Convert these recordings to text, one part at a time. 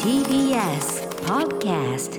TBS Podcast。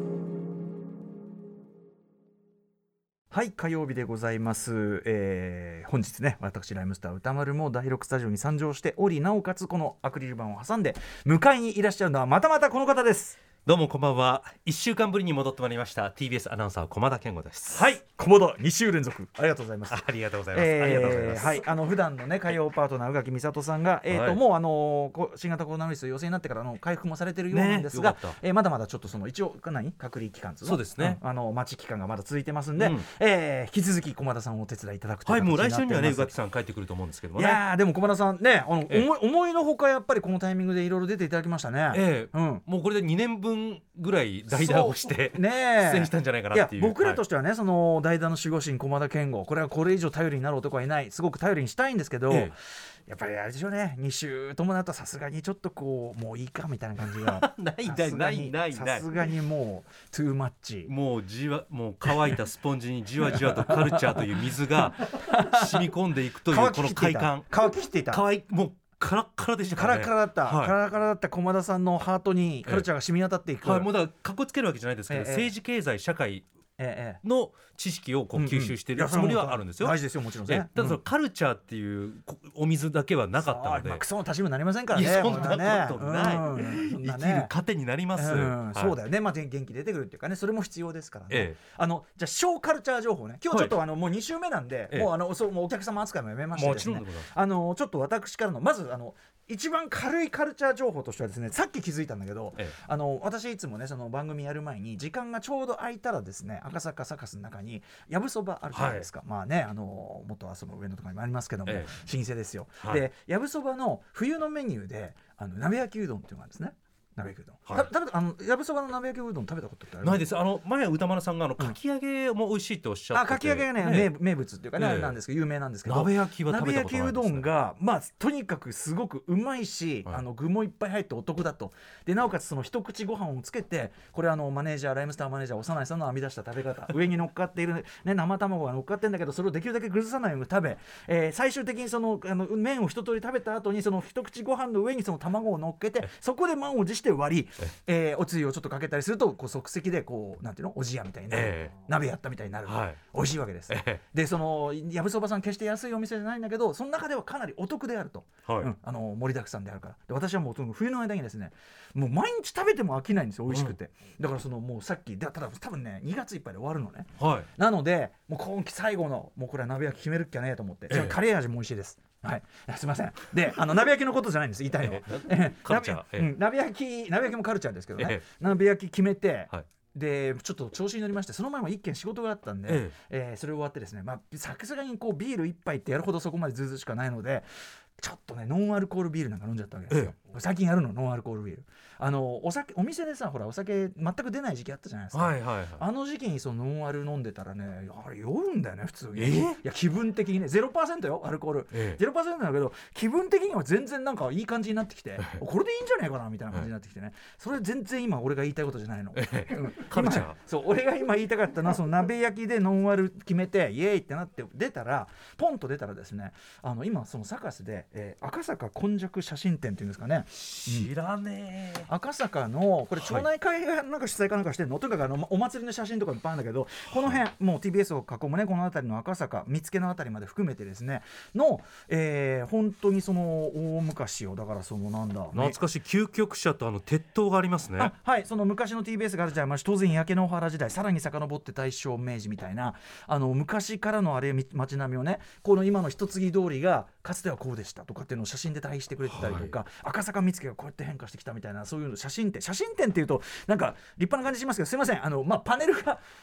はい、火曜日でございます、本日ね、私ライムスター歌丸も第6スタジオに参上しており、なおかつこのアクリル板を挟んで迎えにいらっしゃるのはまたまたこの方です。 どうもこんばんは。1週間ぶりに戻ってまいりました TBS アナウンサー駒田健吾です。 はい、駒田2週連続ありがとうございます。 ありがとうございます、ありがとうございます。 はい、普段のね火曜パートナー宇垣美里さんが、もう新型コロナウイルス陽性になってから回復もされてるようなんですが、まだまだちょっとその一応隔離期間そうですね、 待ち期間がまだ続いてますんで、引き続き駒田さんをお手伝いいただくという形になってます。 はい、もう来週にはね宇垣さん帰ってくると思うんですけどもね。 いやでも駒田さんね、思いのほかやっぱりこのタイミングでいろいろ出ていただきましたね。 もうこれで2年分ぐらい代打をして出演したんじゃないかなっていう。 いや僕らとしてはね、その代打の守護神駒田健吾、これはこれ以上頼りになる男はいない、すごく頼りにしたいんですけど、やっぱりあれでしょうね、2週ともなるとさすがにちょっとこうもういいかみたいな感じがないさすがにもうトゥーマッチ、もう乾いたスポンジにじわじわとカルチャーという水が染み込んでいくというこの快感、 乾ききっていた、 もうカラッカラでしたからね。 カラカラだった駒田さんのハートにカルチャーが染み渡っていく、 もうだからかっこつけるわけじゃないですけど、政治経済社会の知識をこう吸収しているつもりはあるんですよ。 大事ですよ、もちろんね。 ただそのカルチャーっていうお水だけはなかったので、 クソの足しにもなりませんからね。 そんなことない、生きる糧になります。 そうだよね、元気出てくるっていうかね、それも必要ですからね。じゃあ小カルチャー情報ね、今日ちょっともう2週目なんで、もうお客様扱いもやめましてですね、ちょっと私からのまず一番軽いカルチャー情報としてはですね、さっき気づいたんだけど、私いつもねその番組やる前に時間がちょうど空いたらですね、赤坂サカスの中にやぶそばあるじゃないですか。まあね、元はその上野とかにもありますけども、老舗ですよ。でやぶそばの冬のメニューで鍋焼きうどんっていうのがあるんですね。鍋焼きうどん、やぶそばの鍋焼きうどん食べたことってある？ ないです。前歌丸さんがかき揚げも美味しいっておっしゃってて、 かき揚げがね名物っていうかね、なんですけど有名なんですけど、 鍋焼きは食べたことないですね。 鍋焼きうどんがとにかくすごくうまいし、具もいっぱい入ってお得だと。でなおかつその一口ご飯をつけて、これライムスターマネージャー長内さんの編み出した食べ方、上に乗っかっている、生卵が乗っかってるんだけど、それをできるだけ崩さないように食べ、最終的にその麺を一通り食べた後にその一口ご飯の上にその卵を乗っけて、そこで満を持して割り、おつゆをちょっとかけたりするとこう即席でこうなんていうの、おじやみたいな、鍋やったみたいになる、美味しいわけです。でそのやぶそばさん決して安いお店じゃないんだけど、その中ではかなりお得であると、盛りだくさんであるから。で私はもう冬の間にですね、もう毎日食べても飽きないんですよ、美味しくて。だからもうさっきただ多分ね2月いっぱいで終わるのね、なのでもう今季最後のもうこれは鍋焼き決めるっきゃねえと思って、カレー味も美味しいです。はい、すいません。で鍋焼きのことじゃないんです、言いたいのはカルチャー、 鍋焼きもカルチャーですけどね、鍋焼き決めて、でちょっと調子に乗りまして、その前も一件仕事があったんで、それ終わってですね、さすがにこうビール一杯ってやるほどそこまでずうずうしかないので、ちょっとねノンアルコールビールなんか飲んじゃったわけですよ。最近やるのノンアルコールビール、お店でさ、ほらお酒全く出ない時期あったじゃないですか。あの時期にそのノンアル飲んでたらね、あれ酔うんだよね普通に。いや気分的にね 0% よアルコール、0% だけど気分的には全然なんかいい感じになってきてこれでいいんじゃないかなみたいな感じになってきてね、それ全然今俺が言いたいことじゃないの。 カルチャー、 そう俺が今言いたかったのは、その鍋焼きでノンアル決めてイエーイってなってポンと出たらですね、今そのサカスで、赤坂今昔写真展っていうんですかね、 知らねえ。 赤坂のこれ町内会がなんか主催かなんかしてるの、とにかくお祭りの写真とかいっぱいあるんだけど、この辺もう TBS を囲むねこの辺りの赤坂見附の辺りまで含めてですねの、本当にその大昔を、だからそのなんだ懐かしい究極車と鉄塔がありますね。 はい、その昔の TBS があるじゃん、当然焼け野原時代、さらに遡って大正明治みたいな昔からのあれ街並みをね、この今の一継ぎ通りがかつてはこうでしたとかっていうのを写真で対比してくれてたりとか、赤坂見附がこうやって変化してきたみたいな、そういうの写真展っていうとなんか立派な感じしますけど、すいません、パネル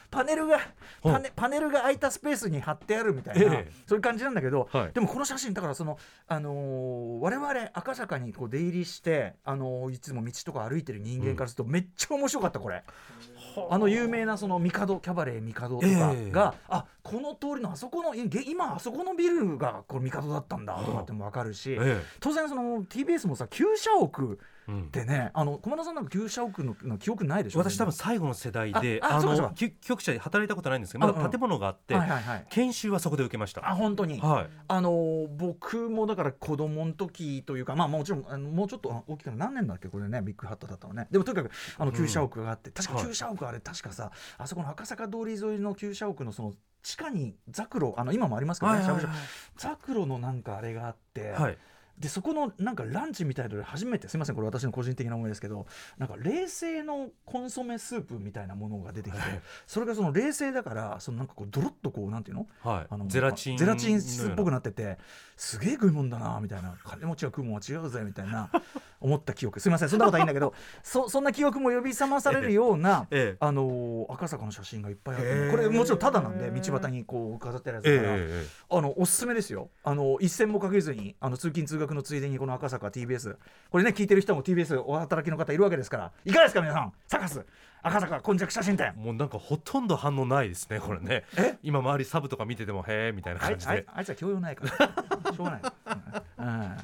が空いたスペースに貼ってあるみたいな、そういう感じなんだけど、でもこの写真だからその、我々赤坂にこう出入りしていつも道とか歩いてる人間からするとめっちゃ面白かったこれ。有名なその帝キャバレー帝とかが、この通りのあそこの今あそこのビルがこれ帝だったんだだとかっても分かるし、 ええ、 当然その TBS もさ9社億でね、駒田さんなんか9社億の記憶ないでしょ。 私多分最後の世代で局舎で働いたことないんですけど、まだ建物があって、研修はそこで受けました。 本当に、 はい、 僕もだから子供の時というか、まあもちろんもうちょっと大きくな何年だっけこれね、ビッグハットだったのね。でもとにかく9社億があって、確か9社億あれ確かさ、あそこの赤坂通り沿いの9社億のその地下にザクロ今もありますけどね、ザクロのなんかあれがあって、はい、でそこのなんかランチみたいなので初めて、すいませんこれ私の個人的な思いですけど、なんか冷製のコンソメスープみたいなものが出てきて、それがその冷製だからそのなんかこうドロッとこうなんていうの、 はい、ゼラチンスっぽくなってて、すげえ食い物だなみたいな、金持ちが食うもんは違うぜみたいな思った記憶、すいませんそんなことはいいんだけどそんな記憶も呼び覚まされるような、赤坂の写真がいっぱいあって、これもちろんタダなんで道端にこう飾ってあるやつだから、おすすめですよ。一銭もかけずに通勤通学のついでにこの赤坂 TBS、 これね聞いてる人も TBS お働きの方いるわけですから、いかがですか皆さん、サカス赤坂今昔写真展。 もうなんかほとんど反応ないですねこれね。今周りサブとか見ててもへーみたいな感じで、 あいつは教養ないからしょうがない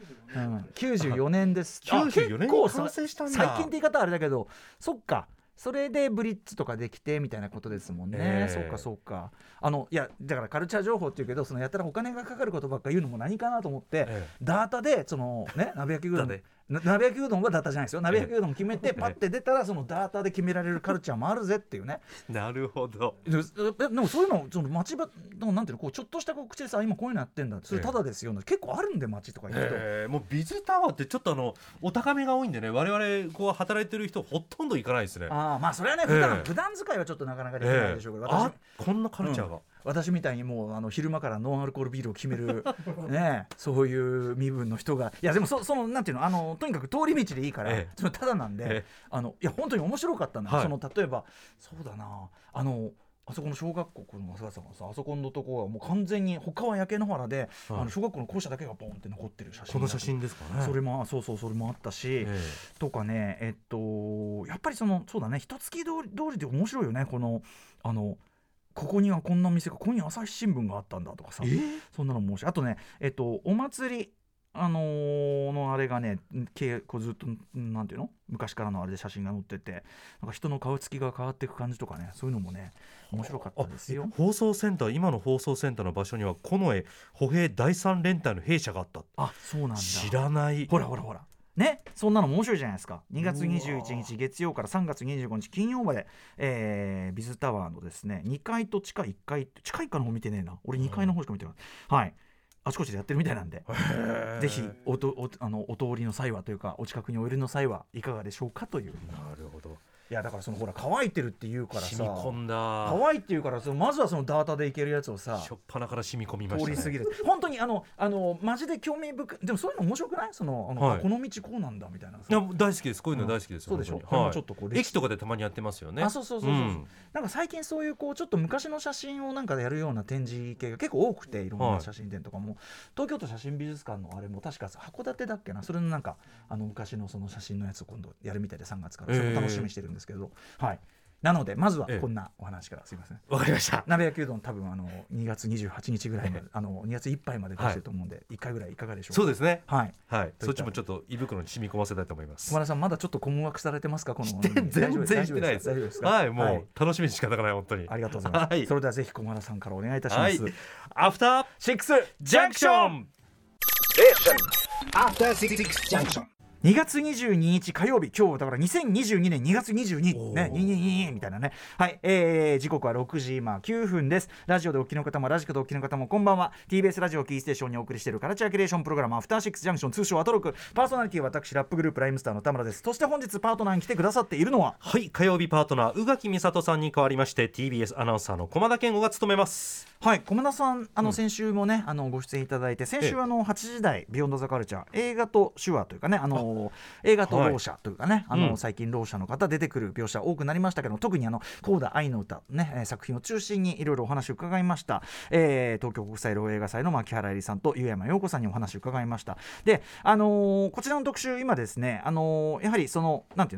94年です。 94年に完成したんだ。 最近って言い方はあれだけど、そっか、それでブリッツとかできてみたいなことですもんね。そうかいやだからカルチャー情報っていうけど、そのやったらお金がかかることばっか言うのも何かなと思って、ダータでそのね鍋焼きうどん鍋焼きうどんはダータじゃないですよ。鍋焼きうどん決めてパッて出たらそのダータで決められるカルチャーもあるぜっていうね。 なるほど。 でもそういうのその町場のなんていうのこうちょっとしたこう口でさ今こういうのやってんだそれタダですよ、結構あるんで町とか行くと、 もうビズタワーってちょっとお高めが多いんでね、我々こう働いてる人ほとんど行かないですね。 まあそれはね普段使いはちょっとなかなかできないでしょうけど、 こんなカルチャーが、 私みたいにもう昼間からノンアルコールビールを決めるねそういう身分の人が、いやでもそのなんていうのとにかく通り道でいいから、それただなんで、いや本当に面白かったんだ、その例えばそうだなあそこの小学校のさあそこのとこはもう完全に他は焼け野原で、小学校の校舎だけがボンって残ってる写真、 この写真ですかね。 それもそれもあったし、とかねやっぱりそうだね、一月通りで面白いよね。ここにはこんな店が、ここに朝日新聞があったんだとかさ、そんなのも面白い。あとねお祭りのあれがねこうずっとなんていうの昔からのあれで写真が載ってて、なんか人の顔つきが変わっていく感じとかね、そういうのもね面白かったですよ。 放送センター、今の放送センターの場所には近衛歩兵第三連隊の兵舎があった。 そうなんだ。 知らない。 ほらね、そんなの面白いじゃないですか。2月21日月曜から3月25日金曜まで、ビズタワーのですね2階と地下1階、地下1階の方見てねえな、俺2階の方しか見てない、あちこちでやってるみたいなんで、ぜひお通りの際はというかお近くにおいるの際はいかがでしょうかという。 なるほど。 いやだからほら乾いてるって言うからさ、 染み込んだ乾いって言うからまずはそのダータでいけるやつをさ、 しょっぱなから染み込みましたね。 通り過ぎる本当にマジで興味深い。でもそういうの面白くない？この道こうなんだみたいな。いや大好きです、こういうの大好きです。 そうでしょ。 ちょっと駅とかでたまにやってますよね。 そう、なんか最近そういうこうちょっと昔の写真をなんかやるような展示系が結構多くて、いろんな写真展とかも、東京都写真美術館のあれも確か函館だっけな、それのなんか昔のその写真のやつを今度やるみたいで3月からそれも楽しみにしてるんですけど、なのでまずはこんなお話からすいません。 わかりました。 鍋焼きうどん多分2月28日ぐらいまで2月いっぱいまで出してると思うんで、1回ぐらいいかがでしょうか。 そうですね。そっちもちょっと胃袋に染み込ませたいと思います。 小原さんまだちょっと困惑されてますか？ 全然してないです。 大丈夫ですか？ もう楽しみに仕方がない本当に。 ありがとうございます。それではぜひ小原さんからお願いいたします。 アフターシックスジャンクション。2月22日火曜日、今日だから2022年2月22ね、22みたいなね。時刻は6時9分です。ラジオでお聞きの方もラジコでお聞きの方もこんばんは。 TBS ラジオキーステーションにお送りしているカルチャーキュレーションプログラムアフターシックスジャンクション、通称アトロク。パーソナリティは私ラップグループライムスターの田村です。そして本日パートナーに来てくださっているのは、 火曜日パートナー宇垣美里さんに代わりまして TBS アナウンサーの駒田健吾が務めます。 駒田さん先週もねご出演いただいて、先週8時台ビヨンドザカルチャー、映画と手話というかね映画とろう者というかね、最近ろう者の方出てくる描写多くなりましたけど、特にコーダ愛の歌ね作品を中心にいろいろお話を伺いました。東京国際ろう映画祭の牧原絵里さんと湯山陽子さんにお話を伺いました。でこちらの特集今ですねやはりなんていうの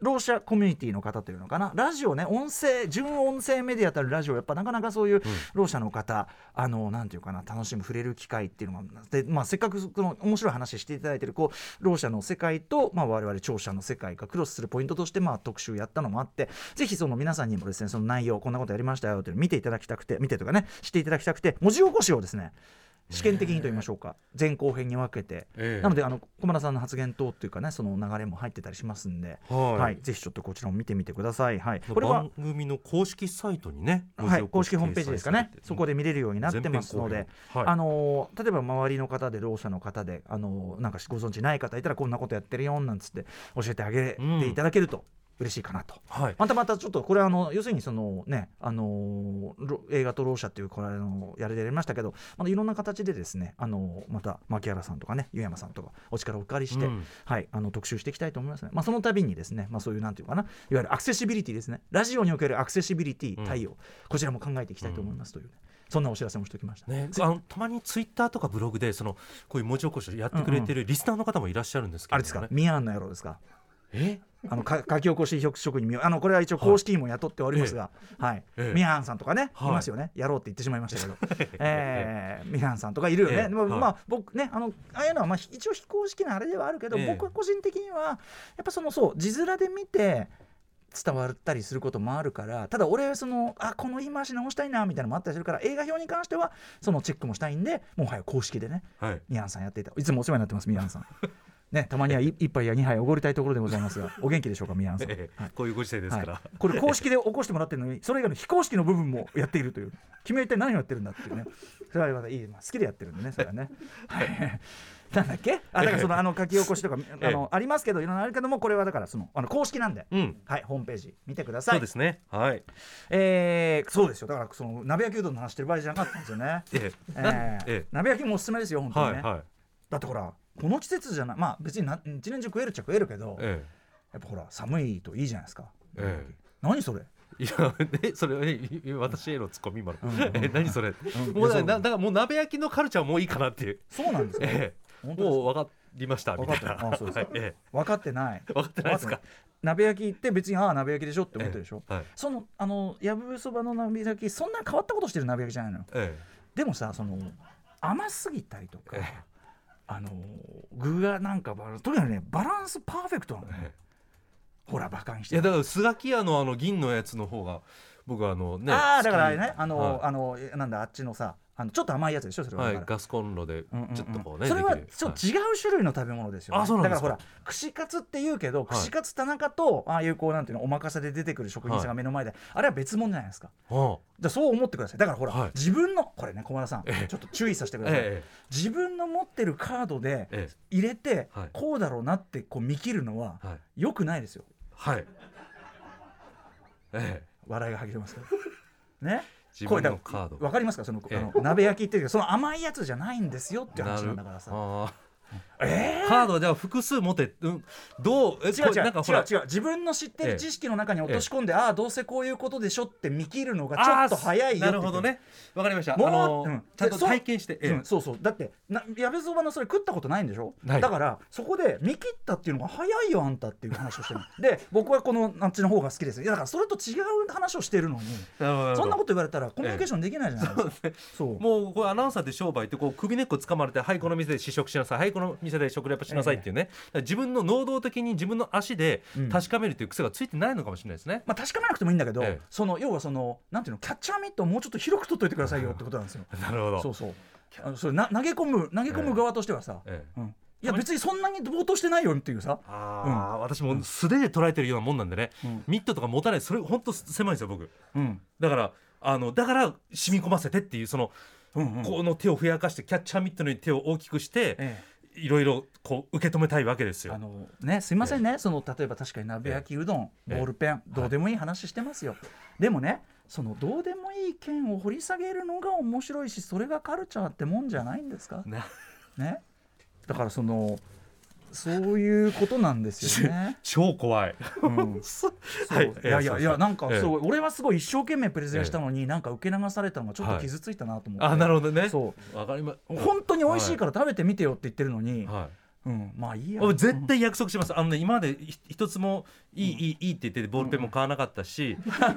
ろう者コミュニティの方というのかな、ラジオね、純音声メディアたるラジオ、やっぱなかなかそういうろう者の方、なんていうかな、楽しむ触れる機会っていうのがで、せっかくこの面白い話していただいているろう者の世界と、我々聴者の世界がクロスするポイントとして、特集やったのもあって、ぜひその皆さんにもですね、その内容こんなことやりましたよというのを見ていただきたくて、見てとかね、していただきたくて、文字起こしをですね試験的にと言いましょうか、前後編に分けて、なので駒田さんの発言等というかね、その流れも入ってたりしますんで、ぜひちょっとこちらも見てみてください。これは番組の公式サイトにね、 公式ホームページですかね、そこで見れるようになってますので、例えば周りの方でろう者の方でなんかご存知ない方いたら、こんなことやってるよなんつって教えてあげていただけると嬉しいかなと、またちょっとこれ要するにそのね、映画とろう者っていうこれやりましたけど、いろんな形でですね、また牧原さんとかね、湯山さんとかお力をお借りして、特集していきたいと思いますね。その度にですね、そういうなんていうかな、いわゆるアクセシビリティですね、ラジオにおけるアクセシビリティ対応、こちらも考えていきたいと思いますという、そんなお知らせもしておきました、 たまにツイッターとかブログでこういう文字起こしをやってくれてるリスナーの方もいらっしゃるんですけど、 あれですか、ミアンの野郎ですか、書き起こし職人これは一応公式にも雇っておりますが、ミハンさんとかね、いますよね、やろうって言ってしまいましたけどミハンさんとかいるよね、僕ね、ああいうのは一応非公式なあれではあるけど、僕は個人的にはやっぱ字面で見て伝わったりすることもあるから、ただ俺この言い回し直したいなみたいなのもあったりするから、映画表に関してはそのチェックもしたいんで、もはや公式でね、ミハンさんやっていた、いつもお世話になってます、ミハンさんね、たまには1杯や2杯おごりたいところでございますが、お元気でしょうか、宮野さん、 こういうご時世ですから、 これ公式で起こしてもらってるのに、それ以外の非公式の部分もやっているという、君は一体何をやってるんだっていうね、それはまたいい、好きでやってるんでね、それはねなんだっけ、だから書き起こしとかありますけど、いろんなあるけども、これはだから公式なんで、ホームページ見てください。 そうですね、 そうですよ、だから鍋焼きうどんの話してる場合じゃなかったんですよね。鍋焼きもおすすめですよ、本当にね。だってほら、この季節じゃない、別に一年中食えるっちゃ食えるけど、やっぱほら寒いといいじゃないですか。何それ、 いやそれ私へのツッコミ今の何それ、もうだからもう鍋焼きのカルチャーもういいかなっていう。 そうなんですか、 もう分かりましたみたいな。 分かってないですか。 鍋焼きって別に鍋焼きでしょって思ってるでしょ。そのやぶそばの鍋焼き、そんな変わったことしてる鍋焼きじゃないのよ。でもさ、甘すぎたりとか具がなんかとにかくね、バランスパーフェクトなのね。ほらバカにして、いやだからスガキ屋の銀のやつの方が僕はね、 だからね、なんだあっちのさ、ちょっと甘いやつでしょ、それは。 ガスコンロでちょっとこうね、 それはちょっと違う種類の食べ物ですよね。だからほら串カツって言うけど、串カツ田中とああいうなんていうの、お任せで出てくる職人さんが目の前で、あれは別物じゃないですか。じゃそう思ってください。だからほら、自分のこれね、小村さんちょっと注意させてください。自分の持ってるカードで入れてこうだろうなって見切るのは良くないですよ。笑いがはげてますけどね。 自分のカード分かりますか、鍋焼きっていうけど、甘いやつじゃないんですよっていう話なんだからさ。 カードはじゃあ複数持て、どう違う、自分の知ってる知識の中に落とし込んで、どうせこういうことでしょって見切るのがちょっと早いよって。 なるほどね、わかりました。ちゃんと体験して、 そうだってやべそばのそれ食ったことないんでしょ。だからそこで見切ったっていうのが早いよあんたっていう話をしてるで、僕はこのあっちの方が好きです。いやだからそれと違う話をしてるのに、そんなこと言われたらコミュニケーションできないじゃないですか。もうこれアナウンサーで商売って首根っこ掴まれて、はいこの店で試食しなさい、はいこの店で食レポしなさいっていうね、自分の能動的に自分の足で確かめるという癖がついてないのかもしれないですね。 確かめなくてもいいんだけど、要はなんていうの、キャッチャーミットをもうちょっと広く取っといてくださいよってことなんですよ。 なるほど。 それ投げ込む側としてはさ、いや別にそんなに暴投してないよっていうさ。 私も素手で捉えてるようなもんなんでね、ミットとか持たない、それ本当狭いんですよ僕。だから染み込ませてっていう、この手をふやかしてキャッチャーミットの手を大きくして、いろいろ受け止めたいわけですよ。 すいませんね、例えば確かに鍋焼きうどん、ボールペン、どうでもいい話してますよ。でもね、どうでもいい件を掘り下げるのが面白いし、それがカルチャーってもんじゃないんですかね。だからそういうことなんですよね。 超怖い。 いやなんか俺はすごい一生懸命プレゼンしたのに、なんか受け流されたのがちょっと傷ついたなと思って。 なるほどね。 わかります。本当に美味しいから食べてみてよって言ってるのに、 まあいいや。 絶対約束します。今まで一つもいいって言ってボールペンも買わなかったし、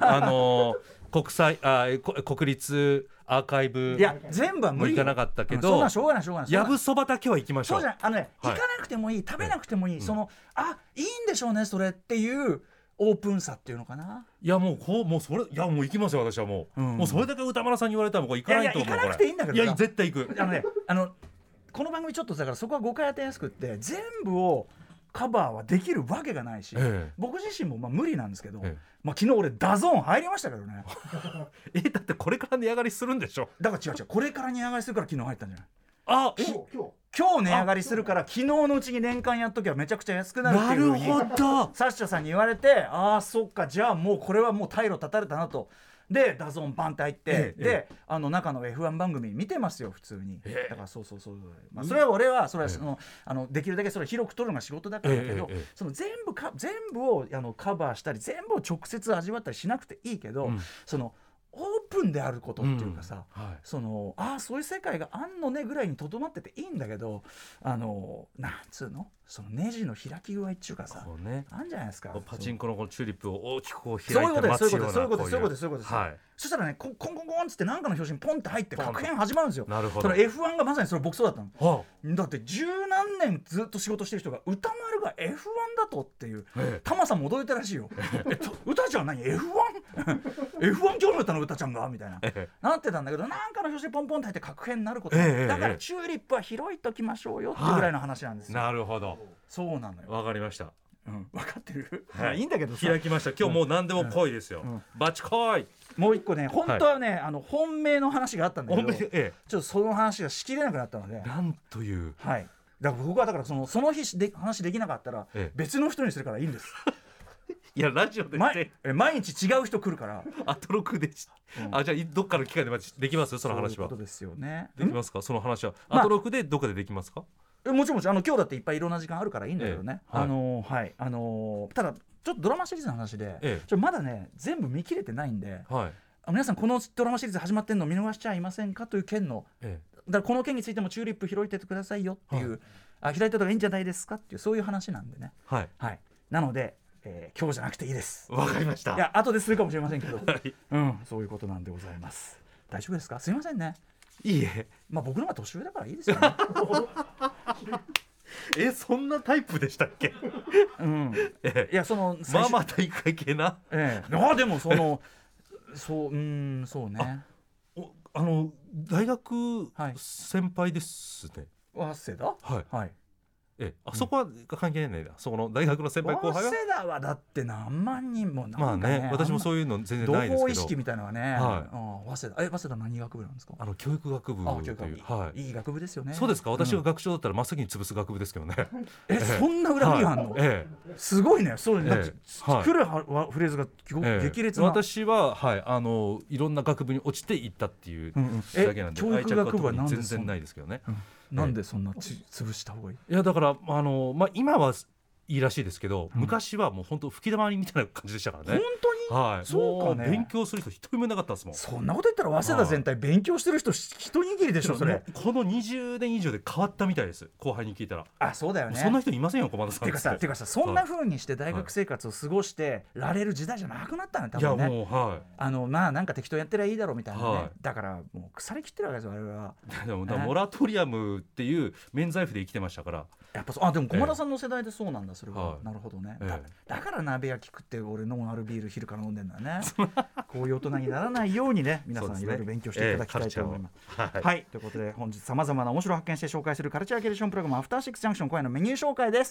国立アーカイブ全部は無理も行かなかったけど、 しょうがないやぶそばだけは行きましょう。 そうじゃ行かなくてもいい、食べなくてもいい、いいんでしょうねそれっていうオープンさっていうのかな。 いやもうそれもう行きますよ私はもうそれだけ歌丸さんに言われたらもう行かないと思う。 行かなくていいんだけど、 いや絶対行く。 この番組ちょっとだからそこは誤解当てやすくって全部をカバーはできるわけがないし、僕自身も無理なんですけど、昨日俺ダゾーン入りましたけどねだってこれから値上がりするんでしょ。 だから違うこれから値上がりするから昨日入ったんじゃない。今日値上がりするから昨日のうちに年間やっときゃめちゃくちゃ安くなるっていうふうになるほどサッシャさんに言われて、そっかじゃあもうこれはもう退路断たれたなと。でダゾーンバンって入って、で中の F1 番組見てますよ普通に。だからそう、それは俺はそれはできるだけそれ広く取るのが仕事だからだけど、その全部をカバーしたり全部を直接味わったりしなくていいけど、そのオープンであることっていうかさ、そういう世界があんのねぐらいにとどまってていいんだけど、なんつうのそのネジの開き具合っていうかさ、あんじゃないですか。 パチンコのこのチューリップを大きくこう開いて待つような、 そういうことです。そしたらねコンコンコンっつって何かの表紙にポンって入って確変始まるんですよ。 なるほど。 その F1 がまさにそれ牧草だったの。だって十何年ずっと仕事してる人が歌丸が F1 だとっていう、タマさんも驚いたらしいよ。歌ちゃん何 F1 興味だったの歌ちゃんがみたいななってたんだけど、なんかの表紙にポンポンって入って確変になること、だからチューリップは広いときましょうよっていうぐらいの話なんですよ。 なるほど。 そうなのよ。 わかりました。 分かってる。いいんだけどさ。 開きました。今日もう何でも来いですよ。バチ来い。 もう一個ね本当はね本命の話があったんだけど、ちょっとその話がしきれなくなったので。 なんという。 だから僕はだからその日で話できなかったら別の人にするからいいんです。 いやラジオで毎日違う人来るからアトロクでじゃあどっかの機会でできますその話は。 そういうことですよね。 できますかその話は。アトロクでどっかでできますか。 もちろん今日だっていっぱいいろんな時間あるからいいんだけどね。ただちょっとドラマシリーズの話で、まだね全部見切れてないんで、皆さんこのドラマシリーズ始まってんの見逃しちゃいませんかという件の、だからこの件についてもチューリップ広いててくださいよっていう、開いてた方がいいんじゃないですかっていうそういう話なんでね。なので今日じゃなくていいです。 わかりました。 いや後でするかもしれませんけど、そういうことなんでございます。大丈夫ですか。すいませんね。 いいえ、 僕の方が年上だからいいですよね。 そんなタイプでしたっけ。 いやまあまあ体育会系な。 でもそうね。 大学先輩ですね。 早稲田。 あそこは関係ないんだ。そこの大学の先輩後輩は。 早稲田はだって何万人もまあね、私もそういうの全然ないですけど。 同胞意識みたいなのはね。早稲田何学部なんですか。 教育学部という。 いい学部ですよね。 そうですか。私が学長だったら真っ先に潰す学部ですけどね。 そんな恨みがあるの。すごいね。そうね。来るフレーズが激烈な。 私はいろんな学部に落ちていったっていうだけなんで、 教育学部は全然ないですけどね。 なんでそんな潰した方がいい。 いやだから今はいいらしいですけど、昔はもう本当吹き溜まりみたいな感じでしたからね。 本当に。 そうかね。勉強する人一人もいなかったですもん。 そんなこと言ったら早稲田全体勉強してる人一握りでしょそれ。 この20年以上で変わったみたいです。後輩に聞いたら。 そうだよね。 そんな人いませんよ駒田さん。 てかさそんな風にして大学生活を過ごしてられる時代じゃなくなったね多分ね。 いやもうなんか適当やってりゃいいだろうみたいなね。だからもう腐りきってるわけですよあれは。 でもモラトリアムっていう免罪符で生きてましたから。 やっぱでも駒田さんの世代でそうなんだそれは。なるほどね。だから鍋焼き食って俺ノンアルビール昼から飲んでんだよね。こういう大人にならないようにね皆さんいろいろ勉強していただきたいと思います。はいということで本日さまざまな面白を発見して紹介するカルチャーキュレーションプログラムアフターシックスジャンクション今夜のメニュー紹介です。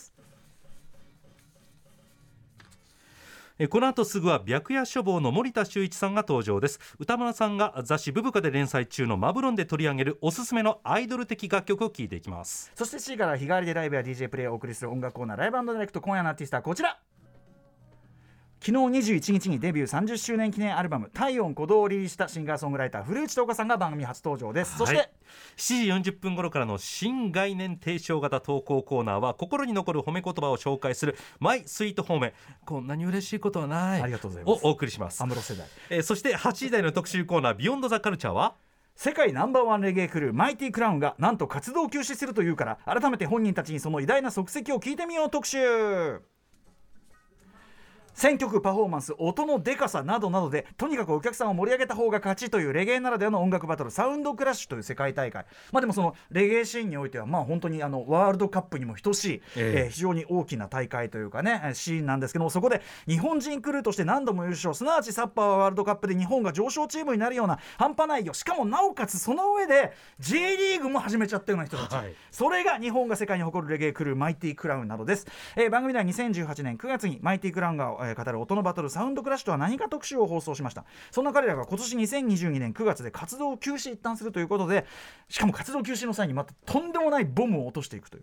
この後すぐは白夜書房の森田修一さんが登場です。歌村さんが雑誌ブブカで連載中のマブロンで取り上げるおすすめのアイドル的楽曲を聴いていきます。 そして C から日替わりでライブや DJ プレイをお送りする音楽コーナーライブ&ディレクト。今夜のアーティストはこちら。昨日21日にデビュー30周年記念アルバム体温鼓動をリリースしたシンガーソングライター古内東花さんが番組初登場です。そして 7時40分頃からの新概念提唱型投稿コーナーは心に残る褒め言葉を紹介するマイスイート褒めこんなに嬉しいことはないありがとうございますをお送りします。 安室世代。 そして8時台の特集コーナービヨンドザカルチャーは世界ナンバーワンレゲエクルーマイティクラウンがなんと活動休止するというから改めて本人たちにその偉大な足跡を聞いてみよう特集。選曲パフォーマンス音のデカさなどなどでとにかくお客さんを盛り上げた方が勝ちというレゲエならではの音楽バトルサウンドクラッシュという世界大会、でもそのレゲエシーンにおいては本当にワールドカップにも等しい、非常に大きな大会というかねシーンなんですけども、そこで日本人クルーとして何度も優勝、すなわちサッパーワールドカップで日本が上昇チームになるような半端ないよ、しかもなおかつその上で J リーグも始めちゃったような人たち、それが日本が世界に誇るレゲエクルーマイティクラウンなどです。番組では2018年9月にマイティクラウンが、語る音のバトルサウンドクラッシュとは何か特集を放送しました。そんな彼らが今年2022年9月で活動を休止一旦するということで、しかも活動休止の際にまたとんでもないボムを落としていくという、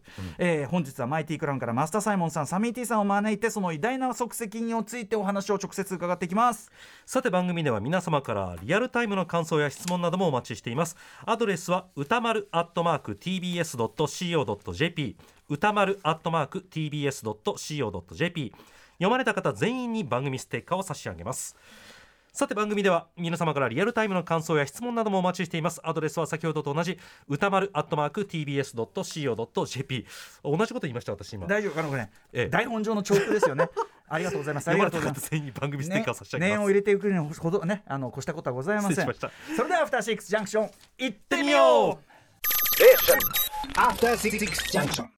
本日はマイティクラウンからマスターサイモンさん、サミーティさんを招いてその偉大な足跡についてお話を直接伺っていきます。 さて番組では皆様からリアルタイムの感想や質問などもお待ちしています。アドレスは歌丸@tbs.co.jp 歌丸@tbs.co.jp、読まれた方全員に番組ステッカーを差し上げます。さて番組では皆様からリアルタイムの感想や質問などもお待ちしています。アドレスは先ほどと同じ歌丸@tbs.co.jp。 同じこと言いました私今。 大丈夫かなこれ、台本上のチョークですよねありがとうございます。ありがとうございます。 全員に番組ステッカーを差し上げます。 念を入れていくにほどね越したことはございません。 失礼しました。 それではアフターシックスジャンクション行ってみよう。 After 66 junction.